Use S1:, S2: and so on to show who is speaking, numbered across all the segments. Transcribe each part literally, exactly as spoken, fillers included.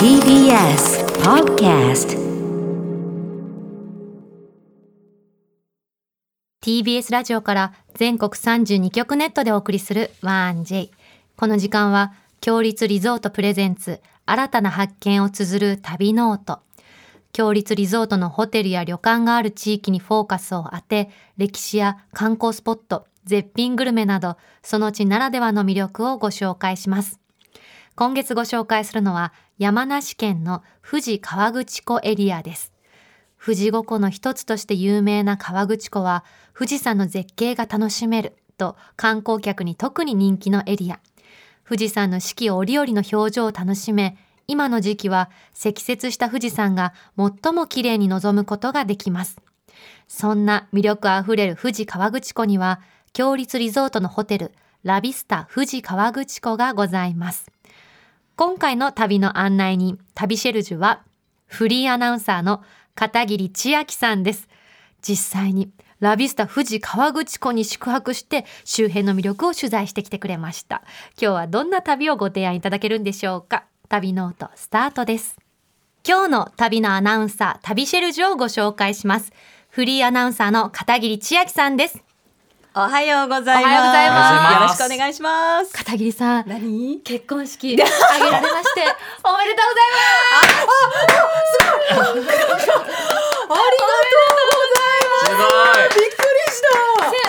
S1: ティービーエス Podcast
S2: ティービーエス ラジオから全国さんじゅうにきょくネットでお送りする ワンジェイ。 この時間は強立リゾートプレゼンツ新たな発見を綴る旅ノート。強立リゾートのホテルや旅館がある地域にフォーカスを当て、歴史や観光スポット、絶品グルメなどその地ならではの魅力をご紹介します。今月ご紹介するのは山梨県の富士河口湖エリアです。富士五湖の一つとして有名な河口湖は富士山の絶景が楽しめると観光客に特に人気のエリア。富士山の四季折々の表情を楽しめ、今の時期は積雪した富士山が最も綺麗に望むことができます。そんな魅力あふれる富士河口湖には強立リゾートのホテルラビスタ富士河口湖がございます。今回の旅の案内人、旅シェルジュはフリーアナウンサーの片桐千秋さんです。実際にラビスタ富士河口湖に宿泊して周辺の魅力を取材してきてくれました。今日はどんな旅をご提案いただけるんでしょうか。旅ノートスタートです。今日の旅のアナウンサー、旅シェルジュをご紹介します。フリーアナウンサーの片桐千秋さんです。
S3: おはようございます。
S2: おはようございます。
S3: よろしくお願いします。
S2: 片桐さん、
S3: 何？
S2: 結婚式挙げられましておめでとうございます。あ、あ、すごい。ありがとうございます。
S3: すごい。びっくりした。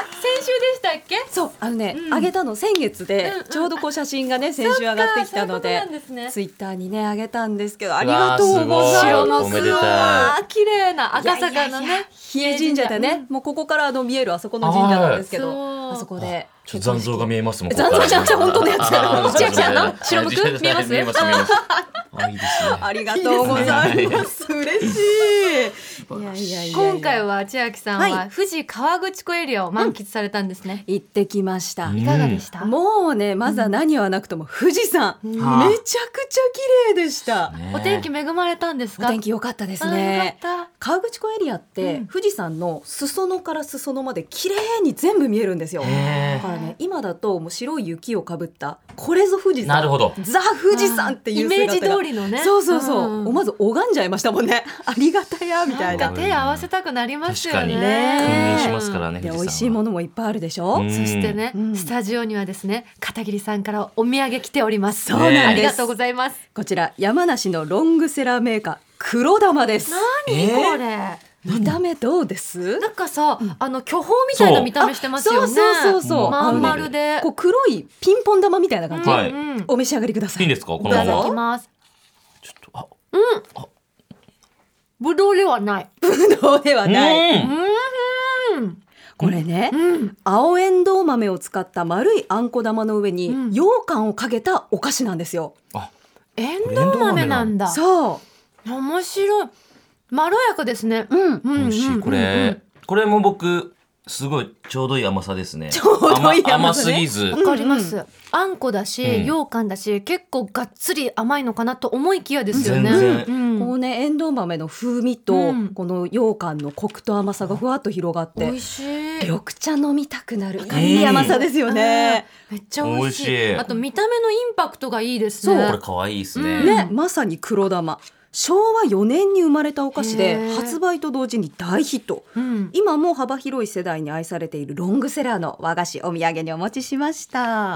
S2: 先週でしたっけ？
S3: そう、あのね、
S2: うん、
S3: 上げたの先月で、うんうん、ちょうどこう写真がね先週上がってきたので、
S2: ね、
S3: ツイッターにね上げたんですけど、ありがとうございます。
S2: 白のすごい綺麗な赤坂のね
S3: 比叡神社でね、もうここからあの見えるあそこの神社なんですけど、あそこで
S4: ちょっと残像が見えますもん。
S3: 残像じゃなくて本当のやつや。
S2: 千秋さんの白むく見えます？
S4: 見えます見えます。あ、いいですね。
S3: ありがとうございます。嬉しい。いやいやいや。
S2: 今回は千秋さんは富士河口湖エリアを満喫されたんですね。
S3: 行ってきました。
S2: いかがでした？
S3: もうね、まずは何はなくとも富士山、めちゃくちゃ綺麗でした。
S2: お天気恵まれたんですか？
S3: お天気良かったですね。河口湖エリアって富士山の裾野から裾野まで綺麗に全部見えるんですよ。だからね、今だともう白い雪をかぶったこれぞ富士山。
S4: なるほど。
S3: ザ富士山っていう姿が
S2: イメージ通りのね。
S3: そうそうそう。思わず拝んじゃいましたもんね。ありがたやみたいな。
S2: なんか手合わせたくなりますよね。
S4: 確かにね。君臨しますからね。
S3: で美味しいものもいっぱいあるでしょ。
S2: そしてね、スタジオにはですね、片桐さんからお土産来ております。
S3: そうなんです。
S2: ありがとうございます。
S3: こちら山梨のロングセラーメーカー黒玉です。
S2: 何これ？
S3: 見た目どうです？
S2: なんかさ、うん、あの巨峰みたいな見た目してますよね。
S3: そうそうそうそう。
S2: まん丸で、
S3: こう黒いピンポン玉みたいな感じ。
S4: はい、
S3: お召し上がりください。
S4: いいんですか？このまま。
S2: いただきます。
S4: ちょっとあ、
S2: うん。あ、ぶどうではない。
S3: ぶどうではない。
S2: うん。うん
S3: これね、うん、青エンドウ豆を使った丸いあんこ玉の上に羊羹をかけたお菓子なんですよ。
S4: あ、
S2: エンドウ豆なんだ。
S3: そう。
S2: 面白い。まろやかですね。
S3: うん。
S4: 美味しい。これ、これも僕すごいちょうどいい甘さですね。
S3: ちょうどいい甘さね。
S4: 甘すぎず。
S2: わかります。うんうん、あんこだし、うん、羊羹だし、結構がっつり甘いのかなと思いきやですよね。
S4: 全然
S2: うん、
S3: こうね、エンドウ豆の風味と、うん、この羊羹のコクと甘さがふわっと広がって、
S2: 美味しい。
S3: 緑茶飲みたくなるいい甘さですよね。
S2: めっちゃ美味しい。
S4: 美味しい。
S2: あと見た目のインパクトがいいですね。
S4: そう、これ可愛いですね。
S3: うん、ね、まさに黒玉。しょうわよねんに生まれたお菓子で発売と同時に大ヒット、うん、今も幅広い世代に愛されているロングセラーの和菓子、お土産にお持ちしました。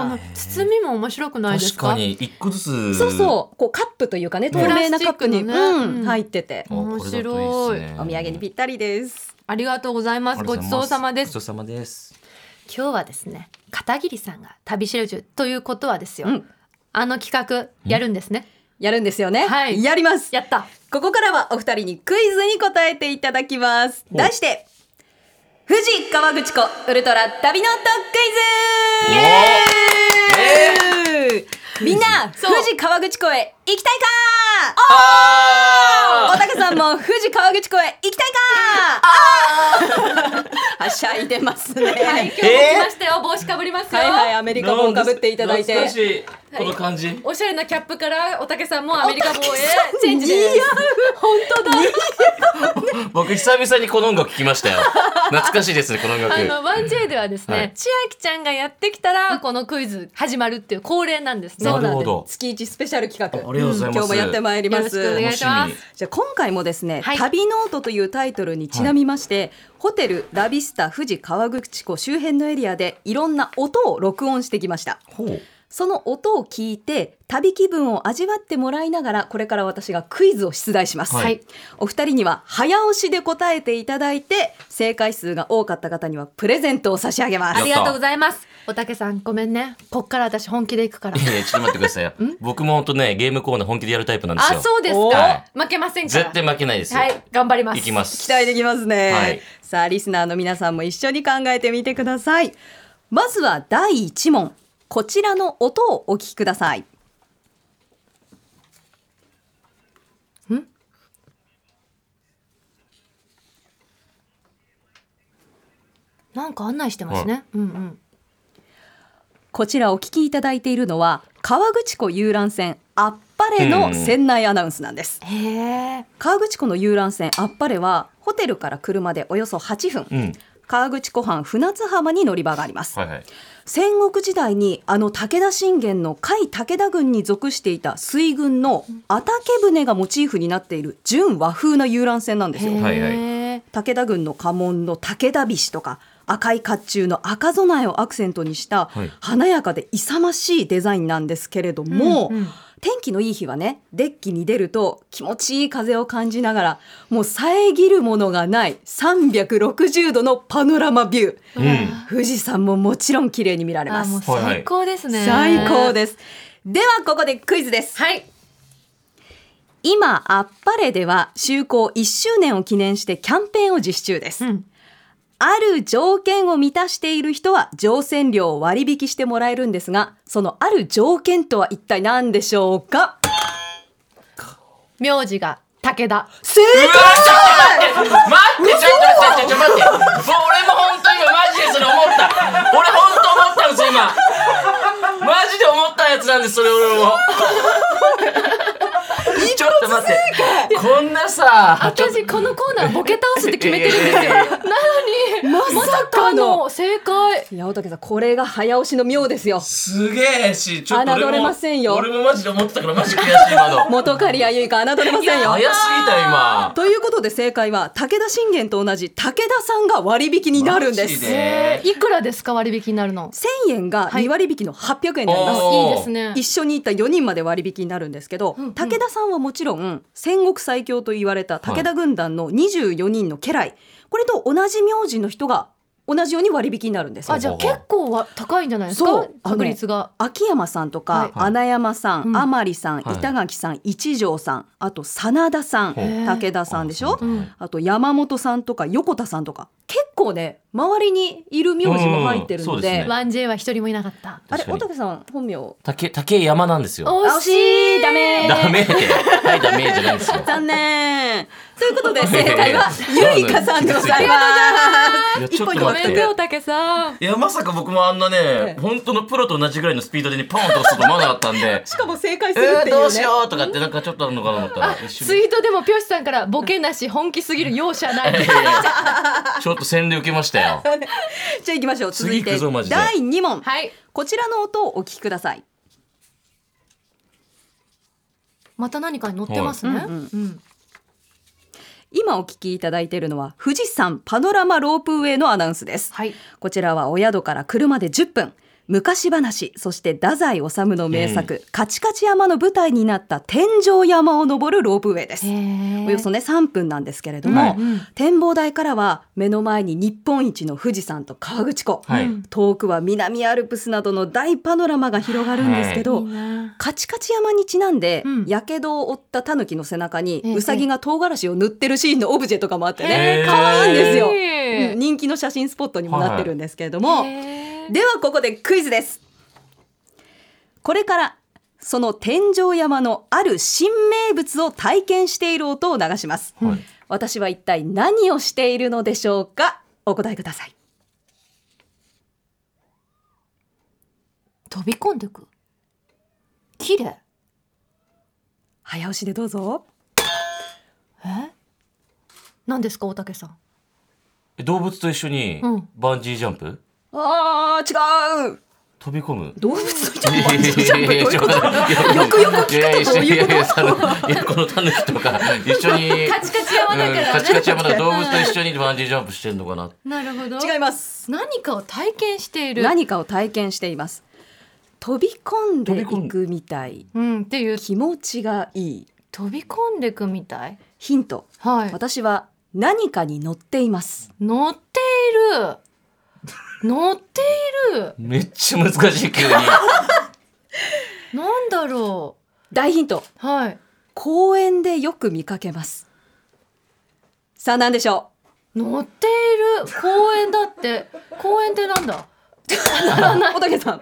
S2: あの包みも面白くないですか？
S4: 確かにいっこずつ。
S3: そうそう、こうカップというかね、透明なカップに、ね、うん、入ってて
S2: 面白い。
S3: お土産にぴったりです。
S2: ありがとうございます。ごちそうさまです。
S4: ごちそうさまです。
S2: 今日はですね、片桐さんが旅シェルジュということはですよ、
S3: うん、
S2: あの企画やるんですね。
S3: やるんですよね。
S2: はい、
S3: やります。
S2: やった。
S3: ここからはお二人にクイズに答えていただきます。題して富士河口湖ウルトラ旅ノートクイズ。イエーイ。みんな富士河口湖へ行きたいか？あー、おたけさんも富士河口湖へ行きたいか？あーはしゃいでますね。
S2: はい、今日も来ましたよ。帽子かぶりますよ。
S3: はいはい、アメリカ帽かぶっていただいて。
S4: 懐かしい。 この感じ。
S2: おしゃれなキャップからおたけさんもアメリカ帽へチェンジです。
S3: 本当だ。
S4: 僕久々にこの音楽聞きましたよ。懐かしいですね、この音楽。
S2: あの ワンジェイ ではですね、
S4: はい、
S2: 千秋ちゃんがやってきたらこのクイズ始まるっていう恒例なんですね。
S4: なるほど。
S3: 月一スペシャル企画、
S4: ありがとうございます。
S3: 今日もやってまいります。
S2: よろしくお願いします。
S3: じゃあ今回もですね、
S2: はい、
S3: 旅ノートというタイトルにちなみまして、はい、ホテルラビスタ富士河口湖周辺のエリアでいろんな音を録音してきました。
S4: ほう。
S3: その音を聞いて旅気分を味わってもらいながら、これから私がクイズを出題します、はい、お二人には早押しで答えていただいて、正解数が多かった方にはプレゼントを差し上げます。
S2: ありがとうございます。おたけさんごめんね、こっから私本気でいくから。
S4: いやいやちょっと待ってくださいよ。僕も本当ね、ゲームコーナー本気でやるタイプなんですよ。
S2: あ、そうですか、はい、負けませんから。
S4: 絶対負けないですよ。
S2: はい、頑張ります。
S4: いきます。
S3: 期待できますね、はい、さあリスナーの皆さんも一緒に考えてみてください。まずはだいいち問、こちらの音をお聞きください。ん？
S2: なんか案内してますね、うんうん、
S3: こちらお聞きいただいているのは河口湖遊覧船あっぱれの船内アナウンスなんです、
S2: うん、へー。
S3: 河口湖の遊覧船あっぱれはホテルから車でおよそはっぷん、うん、河口湖畔船津浜に乗り場があります、はいはい、戦国時代にあの武田信玄の甲斐武田軍に属していた水軍の阿竹船がモチーフになっている純和風な遊覧船なんですよ、はいはい、武田軍の家紋の武田菱とか赤い甲冑の赤備えをアクセントにした華やかで勇ましいデザインなんですけれども、うんうん、天気のいい日はね、デッキに出ると気持ちいい風を感じながら、もう遮るものがないさんびゃくろくじゅうどのパノラマビュー、うん、富士山ももちろん綺麗に見られます。
S2: あ、もう最高ですね、
S3: 最高です。ではここでクイズです、
S2: はい、
S3: 今あっぱれでは就航いっしゅうねんを記念してキャンペーンを実施中です、うん、ある条件を満たしている人は乗船料を割引してもらえるんですが、そのある条件とは一体何でしょうか？
S2: 名字が武田。
S3: 正解。
S4: 待って、ちょっと待って、ちょっと待って。もう俺も本当に今マジでそれ思った。俺本当思ったんですよ今。マジで思ったやつなんです、それ俺も。ちょっと待って、こんなさ、
S2: 私このコーナーボケ倒すって決めてるんですよ。なのにまさかの正解。
S3: いや、大竹さん、これが早押しの妙ですよ。
S4: すげえし、ちょっと俺も
S3: 侮れませんよ。
S4: 俺もマジで思ってたからマジ悔しい今の。
S3: 元刈谷由衣か侮れませんよ。
S4: 早すぎたよ今。
S3: ということで正解は武田信玄と同じ武田さんが割引になるんです。
S2: えー、いくらですか割引になるの？
S3: せんえんがに割引のはっぴゃくえんになります、
S2: はい、いいですね。
S3: 一緒に行ったよにんまで割引になるんですけど、うんうん、武田さんはもちろん戦国最強と言われた武田軍団のにじゅうよにんの家来、これと同じ名字の人が同じように割引になるんです。
S2: あ、じゃあ結構は高いんじゃないですか？確率が。
S3: 秋山さんとか、はい、穴山さん、甘利さん、はい、板垣さん、一条さん、あと真田さん、武田さんでしょ、うん、あと山本さんとか横田さんとか、結構ね周りにいる名字も入ってるので、
S2: ワンジェイ は一人もいなかった。
S3: あれ、大竹さん本名
S4: 竹竹山なんですよ。
S3: 惜しい。ダメ
S4: ダメってはいダメじゃないですよ。
S3: 残念。ということで正解はゆいかさんでございます。
S4: ちょっと待って、
S2: ごめんね大竹さん。
S4: いやまさか僕もあんなね、本当のプロと同じぐらいのスピードでねポンと押すと思わなかったんで
S3: しかも正解するっていうね、
S4: えー、どうしようとかってなんかちょっとあるのかなと思ったら一
S2: ツイートでもピョシさんからボケなし本気すぎる容赦ない
S4: ちょっと洗礼受けましたよ。
S3: じゃあ行きましょう。続いてだいに問、
S2: はい、
S3: こちらの音をお聞きください。
S2: また何かに乗ってますね、はい、うんうんうん、
S3: 今お聞きいただいているのは富士山パノラマロープウェイのアナウンスです、はい、こちらはお宿から車でじゅっぷん、昔話、そして太宰治の名作、うん、カチカチ山の舞台になった天井山を登るロープウェイです。およそねさんぷんなんですけれども、うん、展望台からは目の前に日本一の富士山と河口湖、はい、遠くは南アルプスなどの大パノラマが広がるんですけど、はい、カチカチ山にちなんで、うん、やけどを負ったタヌキの背中にウサギが唐辛子を塗ってるシーンのオブジェとかもあってね、可愛いんですよ、うん、人気の写真スポットにもなってるんですけれども、はい、ではここでクイズです。これからその天井山のある新名物を体験している音を流します、はい、私は一体何をしているのでしょうか？お答えください。
S2: 飛び込んでく？ 綺麗。
S3: 早押しでどうぞ。
S2: え何ですか大竹さん。
S4: 動物と一緒に
S2: うん
S4: バンジージャンプ、
S3: あー違う。
S4: 飛び込む。
S3: 動物と一緒にバンジージャンプどういうことよくよく聞くとどういうこと。
S4: いやいやいやいやこのタヌキとか一緒に
S2: カチカチ山だからね
S4: うんカチカチ山だ動物と一緒にバンジージャンプしてんのかな。
S2: なるほど。
S3: 違います。
S2: 何かを体験している。
S3: 何かを体験しています。飛び込んでいくみたい。
S2: うんっていう。
S3: 気持ちがいい。
S2: 飛び込んでいくみたい。
S3: ヒント。
S2: はい。
S3: 私は何かに乗っています。
S2: 乗っている。乗っている。
S4: めっちゃ難しい急に。
S2: なんだろ
S3: 大ヒント。
S2: う。はい。
S3: 公園でよく見かけます。さあ何でしょ
S2: 乗っている。公園だって。公園ってなんだ。
S3: う。小竹さん。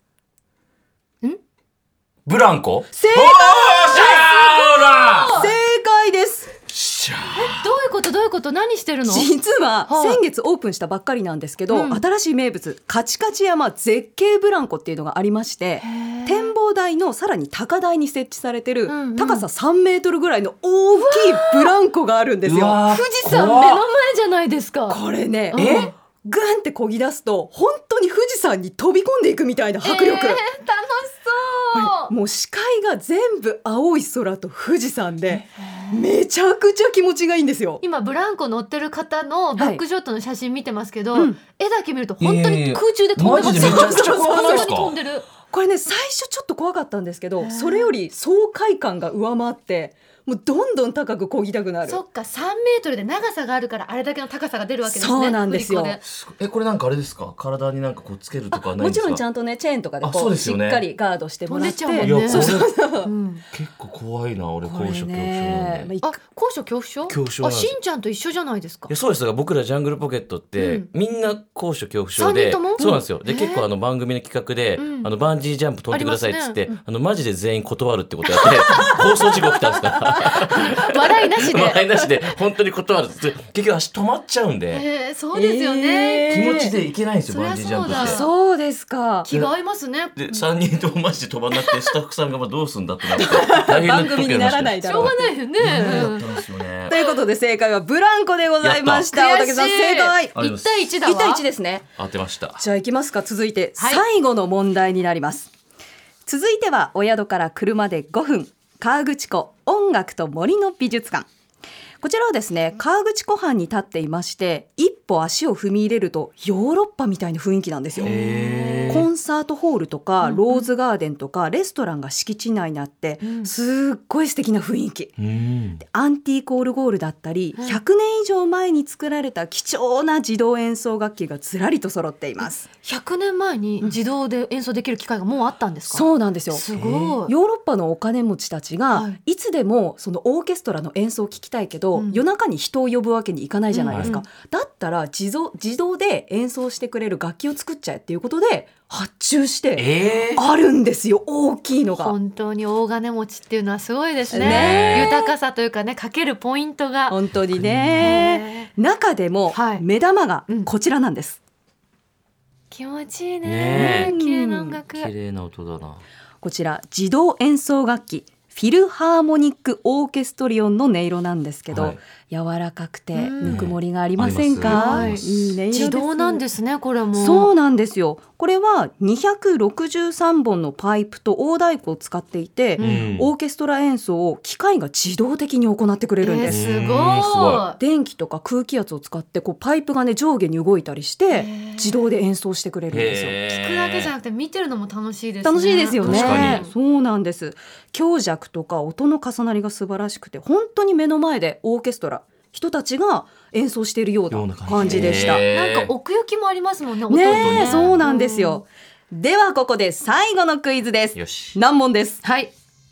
S4: ブランコ。
S3: 正
S4: おーしゃーほら
S3: 正解です。
S4: しゃ
S2: どういうことどういうこと何してるの。
S3: 実は
S2: はい
S3: 先月オープンしたばっかりなんですけど、
S2: うん
S3: 新しい名物カチカチ山絶景ブランコっていうのがありまして、展望台のさらに高台に設置されてる
S2: うんうん
S3: 高ささんメートルぐらいの大きいブランコがあるんですよ。
S4: うわー
S2: 富士山目の前じゃないですか。
S3: これね、
S2: うん
S3: えグンってこぎ出すと本当に富士山に飛び込んでいくみたいな迫力、
S2: えー、楽しそう。
S3: もう視界が全部青い空と富士山でめちゃくちゃ気持ちがいいんですよ。
S2: 今ブランコ乗ってる方のバックショットの写真見てますけど、
S3: うん
S2: 絵だけ見ると本当に空中で飛んでます。
S4: いやいやマジでめちゃくちゃ怖くないですか。
S2: 本当に飛んでる。
S3: これね最初ちょっと怖かったんですけど、それより爽快感が上回ってもうどんどん高く漕ぎたくなる。
S2: そっかさんメートルで長さがあるからあれだけの高さが出るわけですね。
S3: そうなんですよ
S2: 振り子
S4: えこれなんかあれですか。体になんかこうつけるとかはないん
S3: もち
S4: ですか。
S3: ろんちゃんとねチェーンとかで
S4: あ
S3: こうし
S4: そうですよね
S3: っかりガードしてもらって
S2: 飛んでっちゃうもんね
S4: いや
S3: そうそうそう
S2: でうん
S4: 結構怖いな俺
S3: これ
S4: 高所恐怖症なん
S3: ね
S4: で。い
S3: まあ
S2: あ高所恐怖症
S4: 恐怖症なんです
S2: あしんちゃんと一緒じゃないですか。
S4: やそうですが僕らジャングルポケットって、
S2: うん
S4: みんな高所恐怖症で
S2: 三人とも
S4: そうなんですよ。で
S2: へー
S4: 結構あの番組の企画で、
S2: うん
S4: あのバンジージャンプ飛んでくださいっつってあ,、
S2: ありますね
S4: のマジで全員断るってことやって放送事故起きたんですから
S2: 笑いなしで。
S4: 笑いなしで本当に断るっつって結局足止まっちゃうんで、
S2: えー、そうですよね、
S3: え
S4: 気持ちでいけないんですよ、
S2: そりゃ
S4: バンジージャンプ
S2: そうだ
S4: って。
S3: そうですか。
S2: 気が合いますね。
S4: でさんにんともマジで飛ばなくてスタッフさんがまあどうすんだってなって大変な
S3: 番組にならないだろう
S2: しょうがないよね。
S4: だったんですよね
S3: ということで正解はブランコでございました。
S2: やった
S3: 大竹さん正解。
S4: ありがとうございます
S2: 一対一だわ。
S3: いち対いちですね。
S4: 当てました。
S3: じゃあ行きますか。続いて
S2: はい
S3: 最後の問題になります、続いてはお宿から車でごふん河口湖音楽と森の美術館。こちらはですね河口湖畔に立っていまして一歩足を踏み入れるとヨーロッパみたいな雰囲気なんですよ。
S4: へー
S3: コンサートホールとかローズガーデンとかレストランが敷地内にあって
S2: うん
S3: すっごい素敵な雰囲気。
S4: うん
S3: アンティークオルゴールだったり
S2: うん
S3: ひゃくねん以上前に作られた貴重な自動演奏楽器がずらりと揃っています。
S2: ひゃくねんまえに自動で演奏できる機会がもうあったんですか。
S3: そうなんですよ。
S2: すごい。
S3: ヨーロッパのお金持ちたちが、
S2: はい
S3: い、つでもそのオーケストラの演奏を聞きたいけど、
S2: うん
S3: 夜中に人を呼ぶわけにいかないじゃないですか、
S2: うん
S3: だったら自動、自動で演奏してくれる楽器を作っちゃえっていうことで発注して
S4: えー
S3: あるんですよ、大きいのが。
S2: 本当に大金持ちっていうのはすごいですね。
S3: ねえ
S2: 豊かさというかねかけるポイントが。
S3: 本当にね。中でも
S2: はい
S3: 目玉が
S2: うん
S3: こちらなんです、
S2: 気持ちいいね
S4: ねえ
S2: 綺麗な音楽。
S4: 綺麗な音だな。
S3: こちら自動演奏楽器フィルハーモニックオーケストリオンの音色なんですけど、
S4: はい
S3: 柔らかくて
S2: うん
S3: ぬくもりがありませんか、
S4: あります
S3: いい音色です。
S2: 自動なんですねこれも。
S3: そうなんですよ。これはにひゃくろくじゅうさんぼんのパイプと大太鼓を使っていて、
S4: うん
S3: オーケストラ演奏を機械が自動的に行ってくれるんです、
S2: えーすごい。
S4: うんすご
S3: 電気とか空気圧を使ってこうパイプがね上下に動いたりして
S2: へー
S3: 自動で演奏してくれるんですよ。
S2: 聞くだけじゃなくて見てるのも楽しいですね。
S3: 楽しいですよね。
S4: 確かに
S3: そうなんです。強弱とか音の重なりが素晴らしくて本当に目の前でオーケストラ人たちが演奏しているような感じでした。
S4: へー
S2: なんか奥行きもありますもんね。音と
S3: ねえ、そうなんですよ。ではここで最後のクイズです。
S4: よし
S3: 難問です。
S2: はい。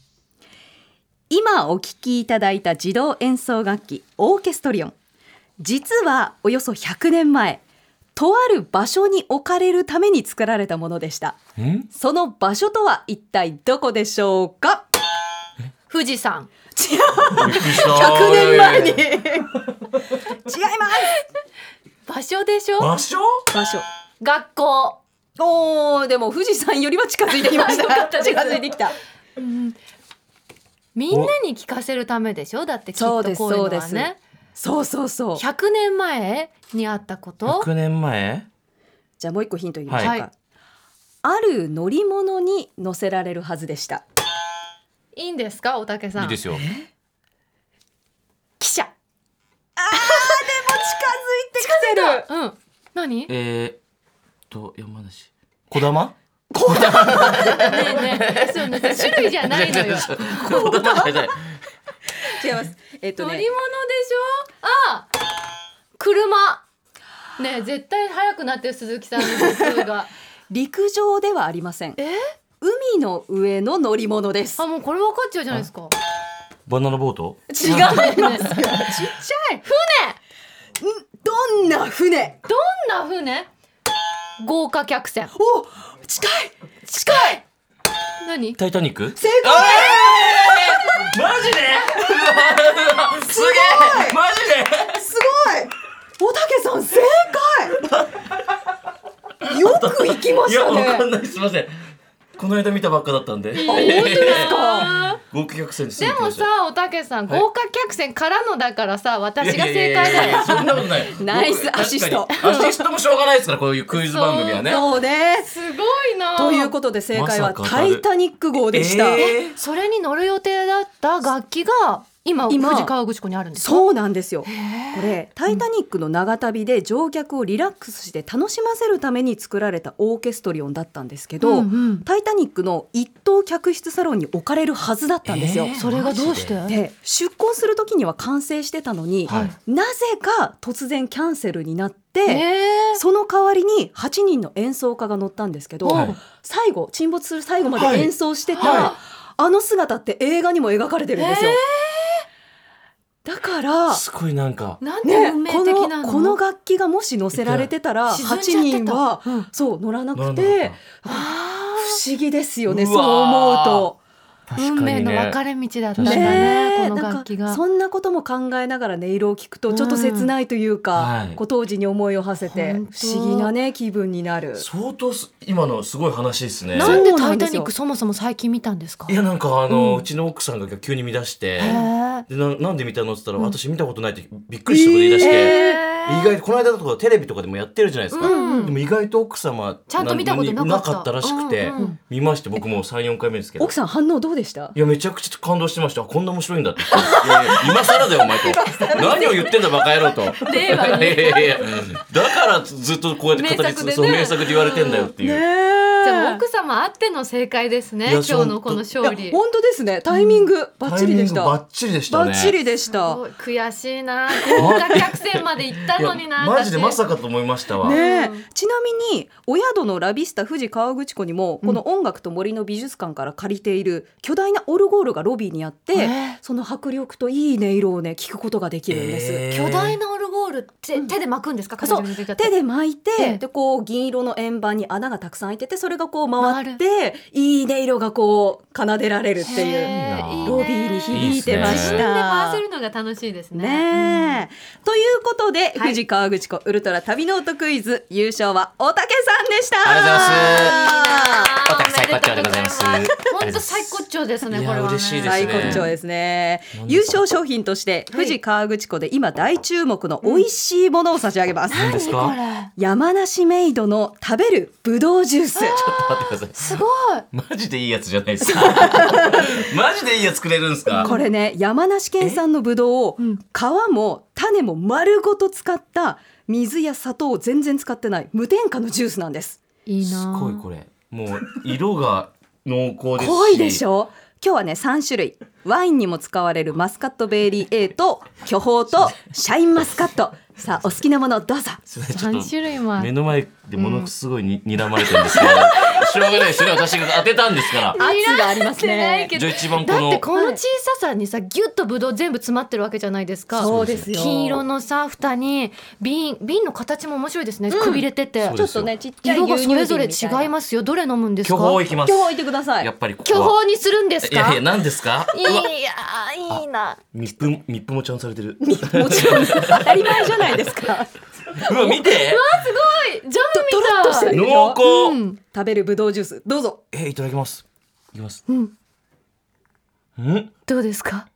S3: 今お聞きいただいた自動演奏楽器オーケストリオン、実はおよそひゃくねんまえとある場所に置かれるために作られたものでした。
S4: ん
S3: その場所とは一体どこでしょうか。
S2: 富士山。
S3: 違う、ひゃくねんまえに違います
S2: 場所でしょ。
S4: 場所
S3: 場所。
S2: 学校。
S3: おー、でも富士山よりは近づいてきました
S2: よかったです
S3: 近づいてきた。
S2: うん、みんなに聞かせるためでしょ。だってきっとこういうのはね。
S3: そうそうそう。
S2: ひゃくねんまえにあったこと。
S4: ひゃくねんまえ。
S3: じゃあもう一個ヒント言いましょうか、
S2: はい、
S3: ある乗り物に乗せられるはずでした。
S2: いいんですか、おたけさん。
S4: いいですよ。
S2: 汽車。
S3: あーでも近づいてきてる。
S2: うん。何？
S4: えー、っと山梨。こだま？
S2: こだま。ねえねえ、そうね、種類じゃないのよ。
S4: こだまじゃない。
S3: 違います。えっとね、
S2: 乗り物でしょ。あ、車。ねえ、絶対速くなってる鈴木さんの声が。
S3: 陸上ではありません。
S2: え？
S3: 海の上の乗り物です。
S2: あ、もうこれ分かっちゃうじゃないですか。
S4: バナナボート？
S3: 違いますよ。ちっちゃい
S2: 船。
S3: んどんな船？
S2: どんな船？豪華客船。
S3: お、近い近い。
S2: 何？
S4: タイタニック？
S3: 正解。
S4: えー、マジで？すげえ。マジで？
S3: すごい。おたけさん正解。よく行きましたね。
S4: いや、わかんない。すみません。この間見たばっかだったんで。
S2: 本当ですか？
S4: 豪華客船
S2: でもさ、おたけさん、
S4: はい、
S2: 豪華客船からのだからさ、私が正解だよ。
S4: そんなことない。
S3: ナイスアシスト。
S4: アシストもしょうがないですから、こういうクイズ番組はね。
S3: そうね。
S2: すごいな。
S3: ということで正解はタイタニック号でした。
S4: えー、
S2: それに乗る予定だった楽器が今富士河口湖にあるんですか？
S3: そうなんですよ。これタイタニックの長旅で乗客をリラックスして楽しませるために作られたオーケストリオンだったんですけど、うんうん、タイタニックの一等客室サロンに置かれるはずだったんですよ、
S2: えー、それがどうして？
S3: で出航する時には完成してたのに、はい、なぜか突然キャンセルになって、えー、その代わりにはちにんの演奏家が乗ったんですけど、はい、最後沈没する最後まで演奏してた、はいはい、あの姿って映画にも描かれてるんですよ、えーだから
S4: すごいなんか
S2: なんて運命的なの、
S3: ね、この、この楽器がもし乗せられてたらはちにんは、うん、そう乗らなくて不思議ですよね。そう思うと
S2: 運命の分かれ道だったんだね、この楽器が。
S3: そんなことも考えながら音色を聞くとちょっと切ないというか、うんはい、こう当時に思いを馳せて不思議な、ね、気分になる。
S4: 相当今のすごい話ですね。
S2: なんでタイタニックそもそも最近見たんですか？
S4: いやなんかあの、うん、うちの奥さんが急に見出してで な, なんで見たのって言ったら、うん、私見たことないってびっくりしたこと言い出して、えー、意外とこの間とかテレビとかでもやってるじゃないですか、うんうん、でも意外と奥様
S2: ちゃんと見たことなかった、
S4: なかったらしくて、うんうん、見まして僕も さん,よん 回目ですけど。
S3: 奥さん反応どうでした？
S4: いやめちゃくちゃ感動してました。こんな面白いんだっていやいや今更だよお前と何を言ってんだバカ野郎と
S2: 令和にい
S4: やいやだからずっとこうやって語り継ぐ、そう名作で言われてんだよっていう、ね、
S2: じゃあ奥様あっての正解ですね。今日のこの勝利
S3: 本当ですね。タイミング、うん、バッチリでした。
S4: バッチリでしたね。
S3: バッチリでした。
S2: 悔しいな、豪華客船まで行ったのにな
S4: マジでまさかと思いましたわ、
S3: ね、うん、ちなみにお宿のラビスタ富士河口湖にもこの音楽と森の美術館から借りている巨大なオルゴールがロビーにあって、えー、その迫力といい音色をね聞くことができるんです、え
S2: ー、巨大なオルゴールって手で巻くんですか？
S3: そう手で巻いて、えー、でこう銀色の円盤に穴がたくさん開いててそれがこう回っていい音色がこう奏でられるっていうロビーに響いてました。
S2: 自分で回せるのが楽しいですね。
S3: ね、うん、ということで、はい、富士河口湖ウルトラ旅ノートクイズ優勝はおたけさんでした。
S4: ありがとうございます。おたけ最高潮でございます。
S2: 本当最高潮ですね。これはね
S4: 嬉しいですね。
S3: 最高潮ですね。優勝商品として富士河口湖で今大注目の美味しいものを差し上げます。
S4: 何ですか？
S3: 山梨メイドの食べるぶどうジュース。ちょっ
S4: と待ってください。
S2: すごい。
S4: マジでいいやつじゃないですか。マジでいいやつくれるんですか？
S3: これね山梨県産のぶどうを皮も種も丸ごと使った水や砂糖を全然使ってない無添加のジュースなんです。
S2: いいな。
S4: すごいこれもう色が濃厚ですし
S3: 濃いでしょ。今日はねさん種類ワインにも使われるマスカットベリー A と巨峰とシャインマスカット。さあお好きなものどうぞ。
S2: さん種類も
S4: 目の前でものすごいに、うん、睨まれてるんですけどしょうがないですね。私が当てたんですから
S3: 圧がありますね。
S4: じゃあ一番この
S2: だってこの小ささにさギュッとブドウ全部詰まってるわけじゃないですか。
S3: そうですよ。
S2: 金色のさ蓋に瓶瓶の形も面白いですね、うん、くびれてて
S3: ちょっとねちっちゃい
S2: 色がそれぞれ違いますよ。どれ飲むんですか？
S4: 巨峰いきます。
S3: 巨峰いってください。
S4: やっぱりここは
S2: 巨峰にするんですか？
S4: いやいや何ですか？
S2: いやいいな。
S4: 密封密封もちゃんされてる。
S3: 密封もちゃん当たり前じゃないですか。
S4: うわ見て。
S2: うわすごいジャムみたい。
S4: 濃厚、うん、
S3: 食べるぶどうジュースどうぞ。
S4: えー、いただきます。いきます。
S2: うん
S4: ん
S2: どうですか？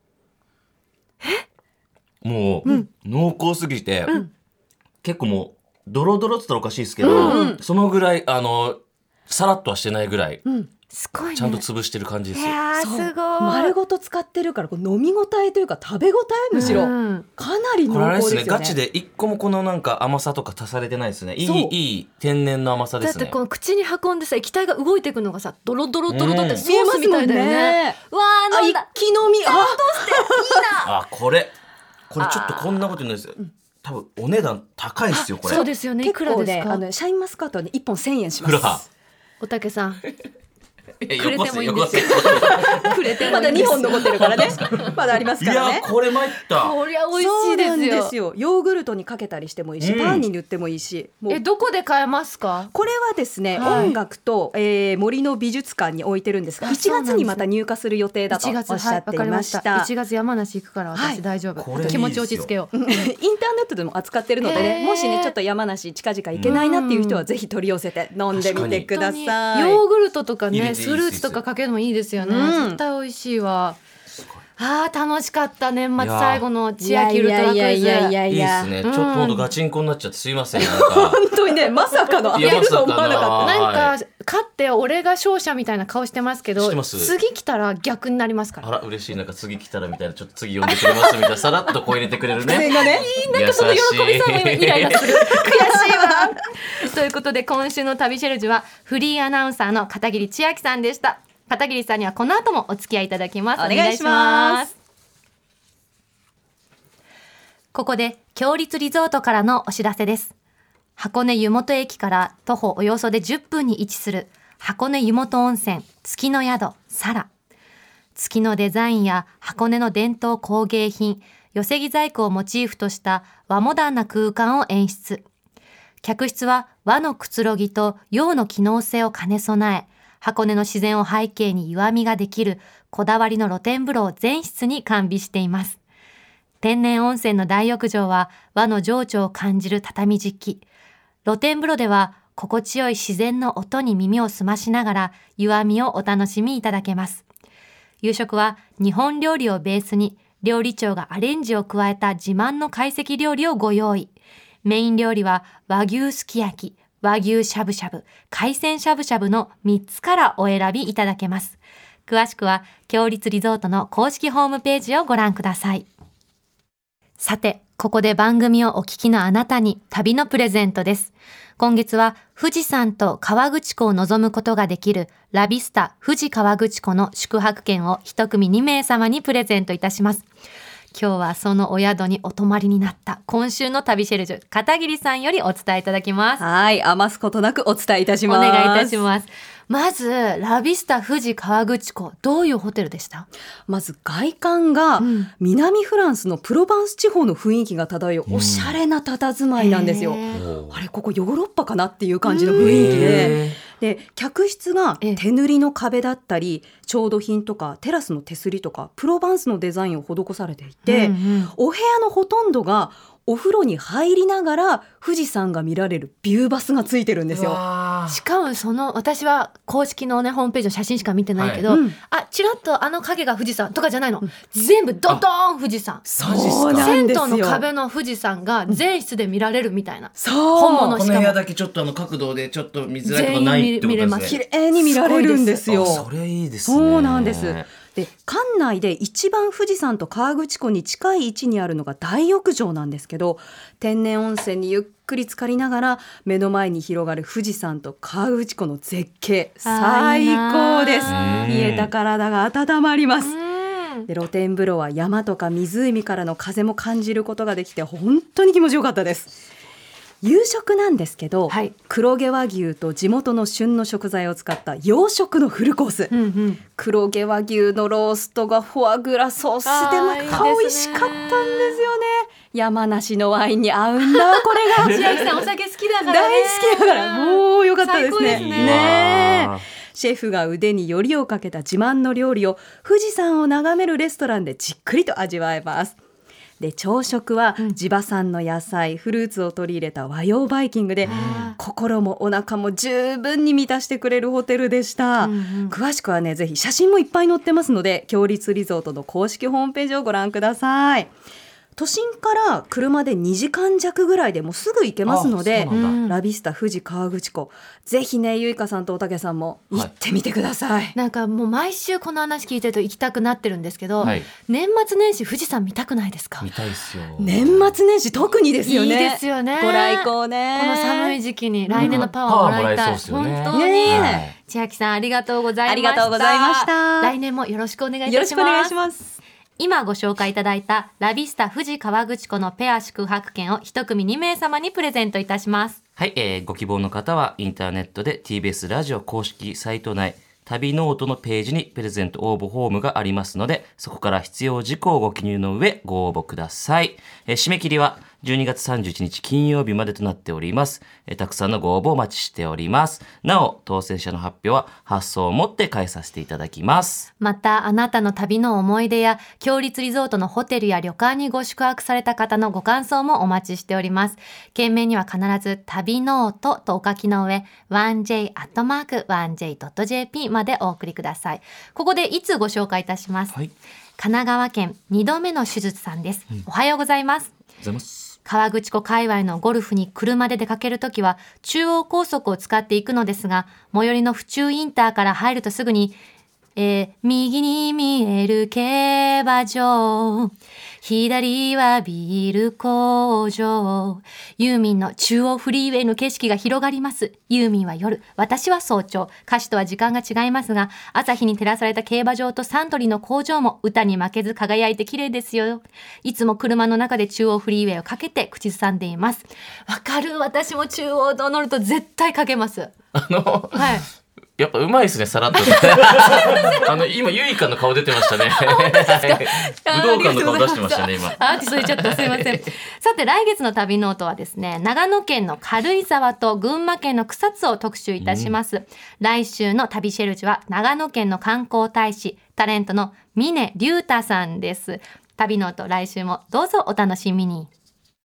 S4: もう、うん、濃厚すぎて、うん、結構もうドロドロって言ったらおかしいですけど、
S2: うん
S4: うん、そのぐらいあのさらっとはしてないぐらい、うん、
S2: すごいね、
S4: ちゃんと潰してる感じですよ。
S2: いやすごい。
S3: 丸ごと使ってるからこう飲み応えというか食べ応えむしろ、うん、かなり濃厚ですよね。
S4: これあれですね、ガチで一個もこのなんか甘さとか足されてないですね。いいいい天然の甘さですね。
S2: だってこの口に運んでさ液体が動いていくのがさドロドロドロドロってソースみたいだよね。うわー飲んだ。
S3: 一気飲み。あ、どう
S2: していいな。
S4: あ、これこれちょっとこんなこと言うんですよ。多分お値段高いですよこれ。
S2: そうですよね。
S3: 結構ね、あのシャインマスカットはねいっぽんせんえんします。
S2: おたけさん
S4: くれてもいいんです
S2: よ。くれても
S3: まだにほん残ってるからね。まだありますからね。
S4: いやこれ参った。
S2: こりゃ美味しいですよ。
S3: そうなんですよ。ヨーグルトにかけたりしてもいいし、うん、パンに塗ってもいいし。もう
S2: えどこで買えますか？
S3: これはですね、はい、音楽と、えー、森の美術館に置いてるんですが、いちがつにまた入荷する予定だとおっしゃっていました。
S2: いちがつ山梨行くから私大丈夫。はい、気持ち落ち着けよう。インターネ
S3: ットでも扱ってるのでね、もしねちょっと山梨近々行けないなっていう人はぜひ取り寄せて飲んでみてください。
S2: ヨーグルトとかねフルーツとかかけるのもいいですよね、うん、絶対美味しいわ。あー楽しかった。年末最後の千秋ウルトラクイズ。いやいやいやいや
S4: いいですね、うん、ちょっとほんとガチンコになっちゃってすいません。なんか
S3: 本当にねまさかのあげると思わなかった。
S2: なんか勝って俺が勝者みたいな顔してますけど次来たら逆になりますから。
S4: あら嬉しい。なんか次来たらみたいな、ちょっと次呼んでくれますみたいなさらっとこう入れてくれるね。
S3: がね
S2: いいなんかその喜びさえイライラする悔しいわということで今週の旅シェルジュはフリーアナウンサーの片桐千秋さんでした。片桐さんにはこの後もお付き合いいただきます。
S3: お願いします。
S2: ここで強立リゾートからのお知らせです。箱根湯本駅から徒歩およそでじゅっぷんに位置する箱根湯本温泉月の宿サラ。月のデザインや箱根の伝統工芸品、寄木細工をモチーフとした和モダンな空間を演出。客室は和のくつろぎと洋の機能性を兼ね備え、箱根の自然を背景に湯あみができるこだわりの露天風呂を全室に完備しています。天然温泉の大浴場は和の情緒を感じる畳敷き。露天風呂では心地よい自然の音に耳を澄ましながら湯あみをお楽しみいただけます。夕食は日本料理をベースに料理長がアレンジを加えた自慢の懐石料理をご用意。メイン料理は和牛すき焼き、和牛しゃぶしゃぶ、海鮮しゃぶしゃぶのみっつからお選びいただけます。詳しくは強立リゾートの公式ホームページをご覧ください。さて、ここで番組をお聞きのあなたに旅のプレゼントです。今月は富士山と河口湖を望むことができるラビスタ富士河口湖の宿泊券を一組にめいさまにプレゼントいたします。今日はそのお宿にお泊まりになった今週の旅シェルジュ片桐さんよりお伝えいただきます。
S3: はい、余すことなくお伝えいたします。
S2: お願いいたします。まずラビスタ富士河口湖、どういうホテルでした？
S3: まず外観が南フランスのプロバンス地方の雰囲気が漂うおしゃれな佇まいなんですよ、うん、あれここヨーロッパかなっていう感じの雰囲気で、で客室が手塗りの壁だったり調度品とかテラスの手すりとかプロバンスのデザインを施されていて、うんうん、お部屋のほとんどがお風呂に入りながら富士山が見られるビューバスがついてるんですよ。
S2: しかもその私は公式の、ね、ホームページの写真しか見てないけど、はい、うん、あちらっとあの影が富士山とかじゃないの、うん、全部ドドーン富士山。
S3: そうなんですよ。
S2: 銭湯の壁の富士山が全室で見られるみたいな、うん、
S3: そう
S2: 本物。
S4: この部屋だけちょっとあの角度でちょっと見づらいとこないってことですね。
S3: 綺麗に見られるんですよ。
S4: それいいですね。
S3: そうなんです。で館内で一番富士山と河口湖に近い位置にあるのが大浴場なんですけど、天然温泉にゆっくり浸かりながら目の前に広がる富士山と河口湖の絶景、最高です。冷えた体が温まります。で露天風呂は山とか湖からの風も感じることができて本当に気持ちよかったです。夕食なんですけど、はい、黒毛和牛と地元の旬の食材を使った洋食のフルコース、うんうん、黒毛和牛のローストがフォアグラソースでまた美味しかったんですよね。山梨のワインに合うんだわこれが。
S2: 千秋さんお酒好きだからね。
S3: 大好きだからもうよかったですね。
S2: 最高ですね。
S3: ねえ、シェフが腕によりをかけた自慢の料理を富士山を眺めるレストランでじっくりと味わえます。 で朝食は地場産の野菜、うん、フルーツを取り入れた和洋バイキングで、うん、心もお腹も十分に満たしてくれるホテルでした、うんうん、詳しくはねぜひ写真もいっぱい載ってますので強立リゾートの公式ホームページをご覧ください。都心から車でにじかん弱ぐらいでもうすぐ行けますので、ラビスタ富士河口湖、ぜひねゆいかさんとおたけさんも行ってみてください、はい、
S2: なんかもう毎週この話聞いてると行きたくなってるんですけど、はい、年末年始富士山見たくないですか？
S4: 見たいですよ。
S3: 年末年始特にですよね。
S2: いいですよね。
S3: ご来光ね。
S2: この寒い時期に来年のパワーをもらいたい、うん、本当に、ねはい、千秋さんありがとうございました。
S3: ありがとうございました。
S2: 来年もよろしくお願いいたします。
S3: よろしくお願いします。
S2: 今ご紹介いただいたラビスタ富士河口湖のペア宿泊券を一組にめい様にプレゼントいたします。
S4: はい、えー、ご希望の方はインターネットで ティービーエス ラジオ公式サイト内旅ノートのページにプレゼント応募フォームがありますので、そこから必要事項をご記入の上ご応募ください。えー、締め切りはじゅうにがつさんじゅういちにち金曜日までとなっております。えー、たくさんのご応募お待ちしております。なお当選者の発表は発送をもって返させていただきます。
S2: またあなたの旅の思い出や強立リゾートのホテルや旅館にご宿泊された方のご感想もお待ちしております。件名には必ず旅ノートとお書きの上 ワンジェイ アットマーク ワンジェイ ドット ジェーピー までお送りください。ここでいつご紹介いたします、はい、神奈川県にどめの手術さんです、うん、おはようございます。
S4: おはようございます。
S2: 河口湖界隈のゴルフに車で出かけるときは中央高速を使っていくのですが、最寄りの府中インターから入るとすぐに、えー、右に見える競馬場、左はビール工場、ユーミンの中央フリーウェイの景色が広がります。ユーミンは夜、私は早朝。歌詞とは時間が違いますが、朝日に照らされた競馬場とサントリーの工場も歌に負けず輝いて綺麗ですよ。いつも車の中で中央フリーウェイをかけて口ずさんでいます。わかる。私も中央道乗ると絶対かけます。
S4: あの、
S2: はい。
S4: やっぱうまいですね、さらっと。あの今ゆいかの顔出てましたね。武道館の顔出してましたね今。
S2: アーティスト言っちゃった、すいません。さて来月の旅ノートはですね、長野県の軽井沢と群馬県の草津を特集いたします、うん、来週の旅シェルジュは長野県の観光大使タレントの峰竜太さんです。旅ノート来週もどうぞお楽しみに。